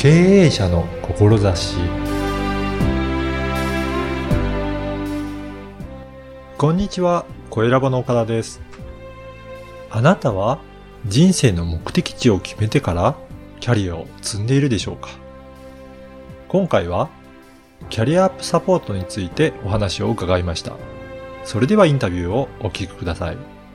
経営者の志。こんにちは、声ラボの岡田です。あなたは人生の目的地を決めてからキャリアを積んでいるでしょうか？今回はキャリアアップサポートについてお話を伺いました。それではインタビューをお聞きください。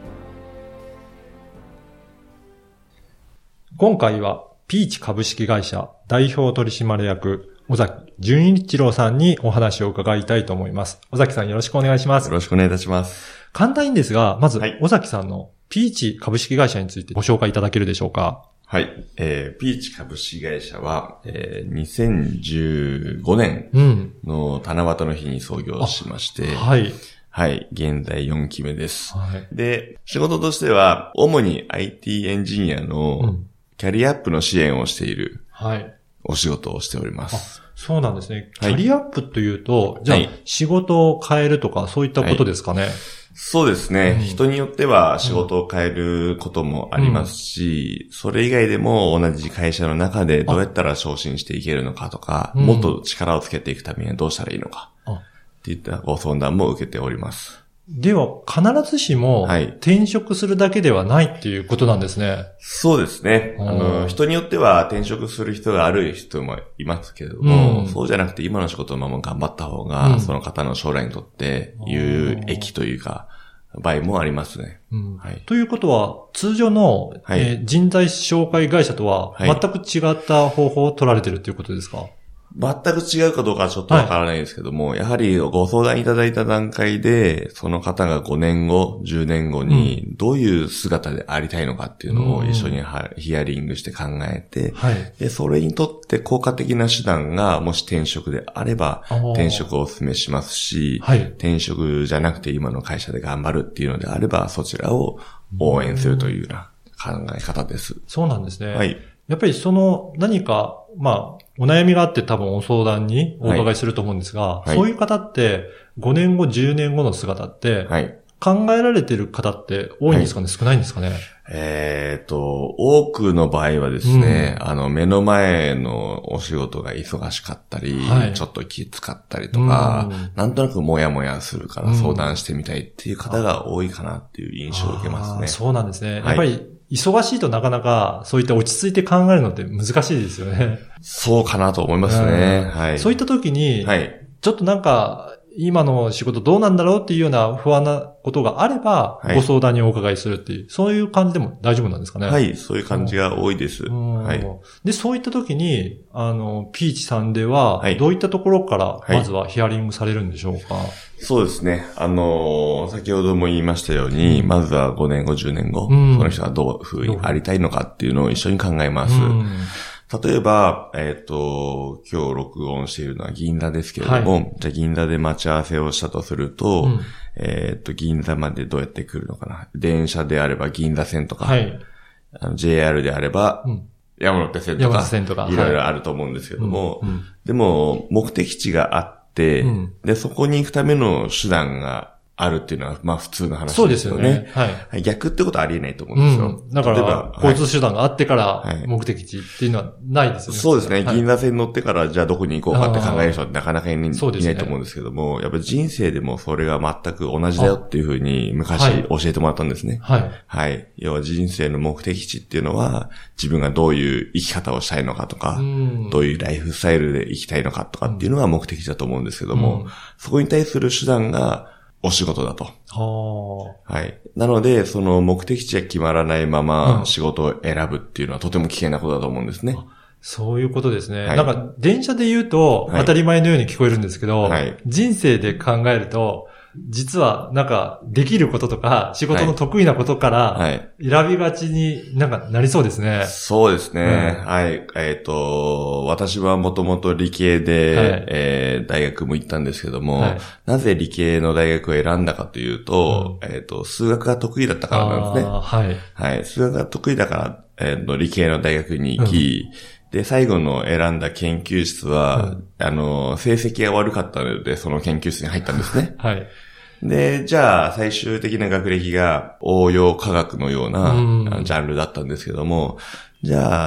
今回はピーチ株式会社代表取締役尾崎純一郎さんにお話を伺いたいと思います。尾崎さんよろしくお願いします。 よろしくお願いいたします。 簡単にですが、まず尾崎さんのピーチ株式会社についてご紹介いただけるでしょうか？ はい。ピーチ株式会社は、2015年の七夕の日に創業しまして、はい。はい。現在4期目です。はい。で、仕事としては、主に IT エンジニアのキャリアアップの支援をしている、はい。お仕事をしております。 そうなんですね。キャリアアップというと、はい、じゃあ、仕事を変えるとか、そういったことですかね。はい、 そうですね、人によっては仕事を変えることもありますし、それ以外でも同じ会社の中でどうやったら昇進していけるのかとか、もっと力をつけていくためにはどうしたらいいのか、っていったご相談も受けております。 では、必ずしも転職するだけではないっていうことなんですね。 そうですね。人によっては転職する人がある人もいますけれども、そうじゃなくて今の仕事のまま頑張った方が、その方の将来にとって有益というか、場合もありますね。 はい、ということは、通常の、人材紹介会社とは全く違った方法を取られているということですか？ 全く違うかどうかはちょっとわからないですけども、やはりご相談いただいた段階で、その方が5年後、10年後にどういう姿でありたいのかっていうのを一緒にヒアリングして考えて、で、それにとって効果的な手段がもし転職であれば、転職をお勧めしますし、転職じゃなくて今の会社で頑張るっていうのであれば、そちらを応援するというような考え方です。 そうなんですね。はい。やっぱり何か、お悩みがあって多分お相談にお伺いすると思うんですが、そういう方って5年後、10年後の姿って、考えられている方って多いんですかね、少ないんですかね？ 多くの場合はですね、目の前のお仕事が忙しかったり、ちょっと気使ったりとか、なんとなくモヤモヤするから相談してみたいっていう方が多いかなっていう印象を受けますね。 そうなんですね。やっぱり忙しいとなかなかそういった落ち着いて考えるのって難しいですよね。 そうかなと思いますね。はい。 そういった時に、ちょっとなんか今の仕事どうなんだろうっていうような不安なことがあれば、ご相談にお伺いするっていう、そういう感じでも大丈夫なんですかね？ はい、そういう感じが多いです。はい。 で、そういった時に、ピーチさんでは、どういったところからまずはヒアリングされるんでしょうか？ そうですね。先ほども言いましたように、まずは5年後、10年後、その人がどういうふうにありたいのかっていうのを一緒に考えます。例えば、今日録音しているのは銀座ですけれども、じゃあ銀座で待ち合わせをしたとすると、銀座までどうやって来るのかな。電車であれば銀座線とか、JR であれば、山手線とか、いろいろあると思うんですけども、でも、目的地があって、で、そこに行くための手段があるっていうのは、普通の話ですよね。そうですよね。はい。逆ってことはありえないと思うんですよ。 だから、交通手段があってから目的地っていうのはないですよね。 そうですね。銀座線に乗ってからじゃあどこに行こうかって考える人はなかなかいないと思うんですけども、やっぱり人生でもそれが全く同じだよっていうふうに昔教えてもらったんですね。はい。要は人生の目的地っていうのは、自分がどういう生き方をしたいのかとか、どういうライフスタイルで生きたいのかとかっていうのが目的地だと思うんですけども、そこに対する手段が、お仕事だと。はい。なので、その目的地が決まらないまま仕事を選ぶっていうのはとても危険なことだと思うんですね。 そういうことですね。なんか、電車で言うと当たり前のように聞こえるんですけど、人生で考えると、実は、なんか、できることとか、仕事の得意なことから、選びがちになんかなりそうですね。 そうですね。はい。私はもともと理系で、大学も行ったんですけども、なぜ理系の大学を選んだかというと、数学が得意だったからなんですね。はい。数学が得意だから、理系の大学に行き、で、最後の選んだ研究室は、成績が悪かったので、その研究室に入ったんですね。で、じゃあ、最終的な学歴が応用科学のようなジャンルだったんですけども、じゃあ、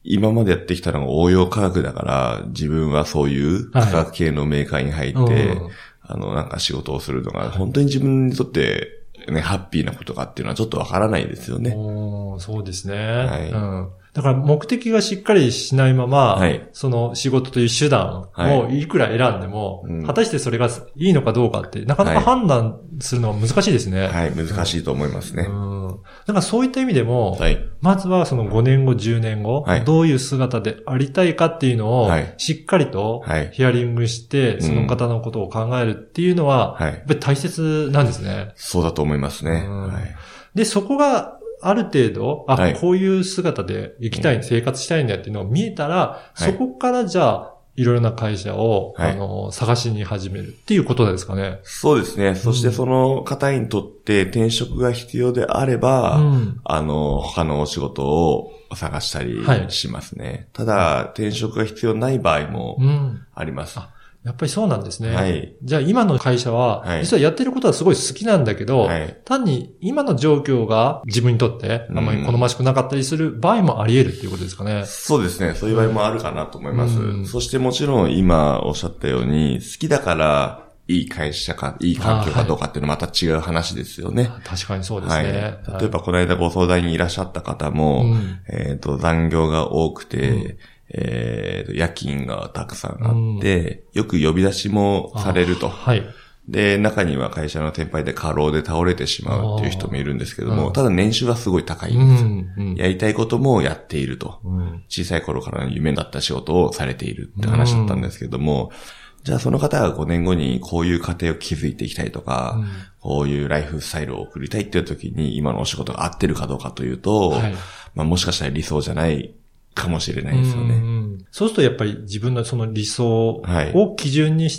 今までやってきたのが応用科学だから、自分はそういう科学系のメーカーに入って、なんか仕事をするのが、本当に自分にとって、ね、ハッピーなことかっていうのはちょっとわからないですよね。 そうですね。はい。だから目的がしっかりしないまま、はい、その仕事という手段をいくら選んでも、はい、果たしてそれがいいのかどうかって、なかなか判断するのは難しいですね。 はい、難しいと思いますね。 だからそういった意味でも、はい、まずはその5年後、10年後、はい、どういう姿でありたいかっていうのを、しっかりとヒアリングして、その方のことを考えるっていうのは、やっぱり大切なんですね。 そうだと思いますね。はい、 で、そこが、ある程度、はい、こういう姿で生きたい、生活したいんだっていうのが見えたら、はい、そこからじゃあ、いろいろな会社を、はい、探しに始めるっていうことですかね。 そうですね。そしてその方にとって転職が必要であれば、他のお仕事を探したりしますね。はい、ただ、転職が必要ない場合もあります。 やっぱりそうなんですね。はい。じゃあ今の会社は、実はやってることはすごい好きなんだけど、はい、単に今の状況が自分にとってあんまり好ましくなかったりする場合もあり得るっていうことですかね。 そうですね。そういう場合もあるかなと思います。そしてもちろん今おっしゃったように、好きだからいい会社か、いい環境かどうかっていうのはまた違う話ですよね。 確かにそうですね。 はい。例えばこの間ご相談にいらっしゃった方も、残業が多くて、夜勤がたくさんあって、よく呼び出しもされると。はい。で、中には会社の先輩で過労で倒れてしまうっていう人もいるんですけども、ただ年収はすごい高いんです。やりたいこともやっていると。小さい頃からの夢だった仕事をされているって話だったんですけども、じゃあその方が5年後にこういう家庭を築いていきたいとか、こういうライフスタイルを送りたいっていう時に今のお仕事が合ってるかどうかというと、もしかしたら理想じゃないかもしれないですよね。 そうするとやっぱり自分のその理想を基準にして、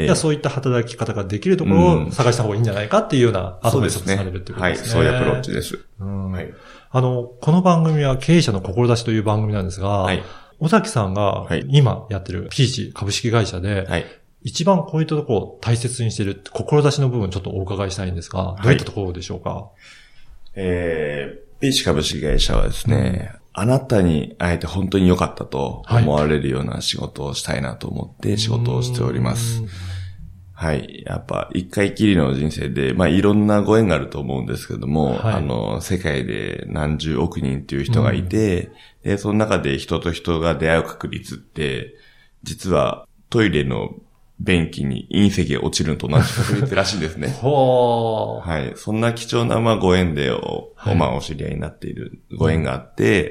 そういった働き方ができるところを探した方がいいんじゃないかっていうようなアドバイスをされるっていうことですね。 はい、そういうアプローチです。はい、 この番組は経営者の志という番組なんですが、はい、尾崎さんが今やってるピーチ株式会社で、一番こういったところを大切にしている志の部分ちょっとお伺いしたいんですが、どういったところでしょうか？ ピーチ株式会社はですね、あなたに会えて本当に良かったと思われるような仕事をしたいなと思って仕事をしております。はい。やっぱ一回きりの人生で、いろんなご縁があると思うんですけども、世界で何十億人っていう人がいて、で、その中で人と人が出会う確率って、実はトイレの便器に隕石が落ちるのと同じ確率らしいですね。はい。そんな貴重な、ご縁でお知り合いになっているご縁があって、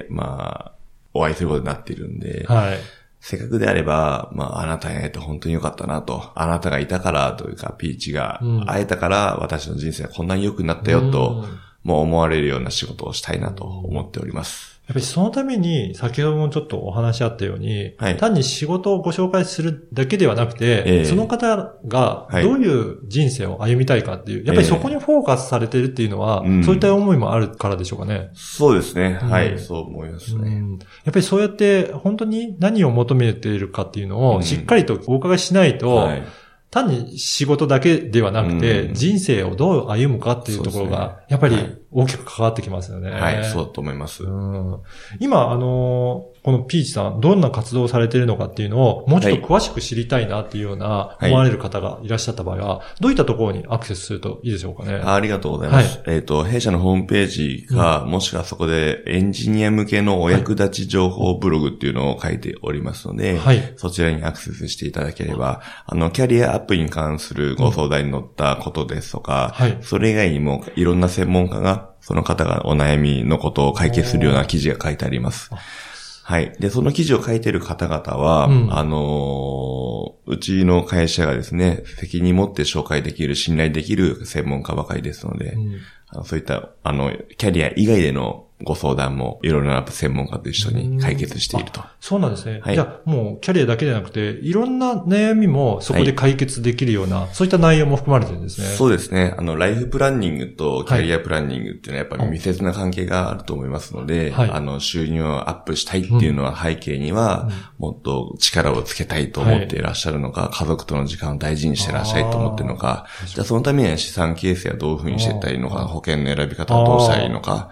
お会いすることになっているんで、せっかくであれば、あなたに会えて本当に良かったなと、あなたがいたからというか、ピーチが会えたから、私の人生はこんなに良くなったよと、もう思われるような仕事をしたいなと思っております。 やっぱりそのために、先ほどもちょっとお話あったように、単に仕事をご紹介するだけではなくて、その方がどういう人生を歩みたいかっていう、やっぱりそこにフォーカスされてるっていうのは、そういった思いもあるからでしょうかね。 そうですね。はい、そう思いますね。 やっぱりそうやって本当に何を求めているかっていうのをしっかりとお伺いしないと、単に仕事だけではなくて、人生をどう歩むかっていうところが、やっぱり大きく関わってきますよね。 はい、そうだと思います。 今、このピーチさん、どんな活動をされているのかっていうのを、もうちょっと詳しく知りたいなっていうような思われる方がいらっしゃった場合は、どういったところにアクセスするといいでしょうかね。 ありがとうございます。弊社のホームページか、もしくはそこでエンジニア向けのお役立ち情報ブログっていうのを書いておりますので、そちらにアクセスしていただければ、キャリアアップに関するご相談に乗ったことですとか、それ以外にもいろんな専門家が、その方がお悩みのことを解決するような記事が書いてあります。はい。で、その記事を書いている方々は、うちの会社がですね、責任持って紹介できる、信頼できる専門家ばかりですので、そういった、キャリア以外でのご相談もいろいろな専門家と一緒に解決していると。 そうなんですね。じゃあもうキャリアだけでなくて、いろんな悩みもそこで解決できるような、そういった内容も含まれてるんですね。 そうですね。ライフプランニングとキャリアプランニングっていうのはやっぱり密接な関係があると思いますので、収入をアップしたいっていうのは背景には、もっと力をつけたいと思っていらっしゃるのか、家族との時間を大事にしていらっしゃいと思っているのか、じゃあそのためには資産形成はどういうふうにしていったらいいのか、保険の選び方をどうしたらいいのか、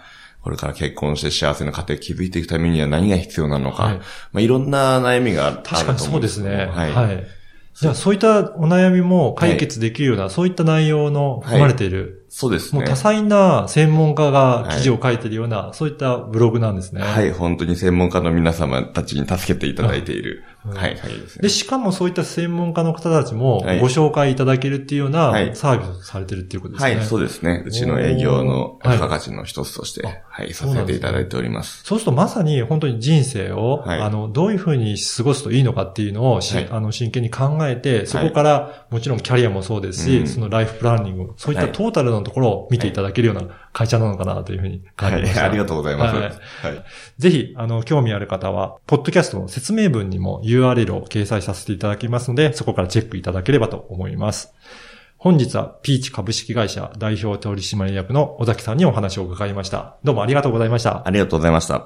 これから結婚して幸せな家庭を築いていくためには何が必要なのか、いろんな悩みがあると思うんです。 確かにそうですね。はい。じゃあそういったお悩みも解決できるような、そういった内容の含まれている。 そうですね。 もう多彩な専門家が記事を書いているような、そういったブログなんですね。 はい、本当に専門家の皆様たちに助けていただいている。はい、ですね。 で、しかもそういった専門家の方たちもご紹介いただけるっていうようなサービスをされてるっていうことですね。 はい、そうですね。うちの営業の付加価値の一つとして、させていただいております。 そうするとまさに本当に人生を、どういうふうに過ごすといいのかっていうのを真剣に考えて、そこからもちろんキャリアもそうですし、そのライフプランニング、そういったトータルのところを見ていただけるような会社なのかなというふうに感じました。 ありがとうございます。 ぜひ、興味ある方は、ポッドキャストの説明文にも URL を掲載させていただきますので、そこからチェックいただければと思います。本日はピーチ株式会社代表取締役の尾崎さんにお話を伺いました。どうもありがとうございました。 ありがとうございました。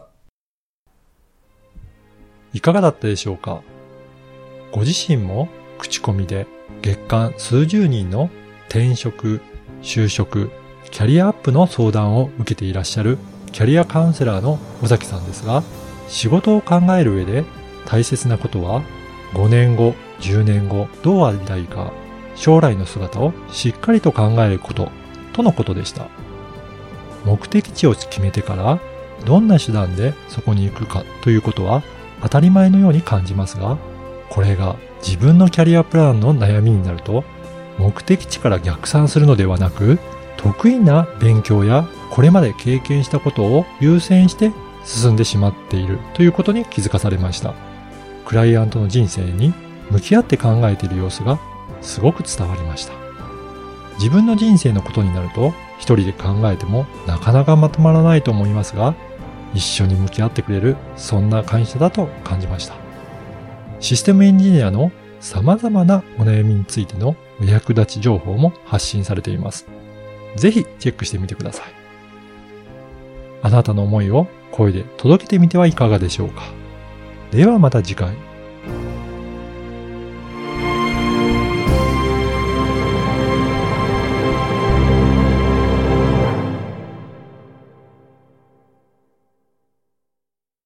いかがだったでしょうか？ご自身も口コミで月間数十人の転職、就職、キャリアアップの相談を受けていらっしゃるキャリアカウンセラーの尾崎さんですが、仕事を考える上で大切なことは5年後、10年後どうありたいか、将来の姿をしっかりと考えることとのことでした。目的地を決めてからどんな手段でそこに行くかということは当たり前のように感じますが、これが自分のキャリアプランの悩みになると、目的地から逆算するのではなく、得意な勉強やこれまで経験したことを優先して進んでしまっているということに気づかされました。クライアントの人生に向き合って考えている様子がすごく伝わりました。自分の人生のことになると一人で考えてもなかなかまとまらないと思いますが、一緒に向き合ってくれるそんな会社だと感じました。システムエンジニアの様々なお悩みについてのお役立ち情報も発信されています。ぜひチェックしてみてください。あなたの思いを声で届けてみてはいかがでしょうか。ではまた次回。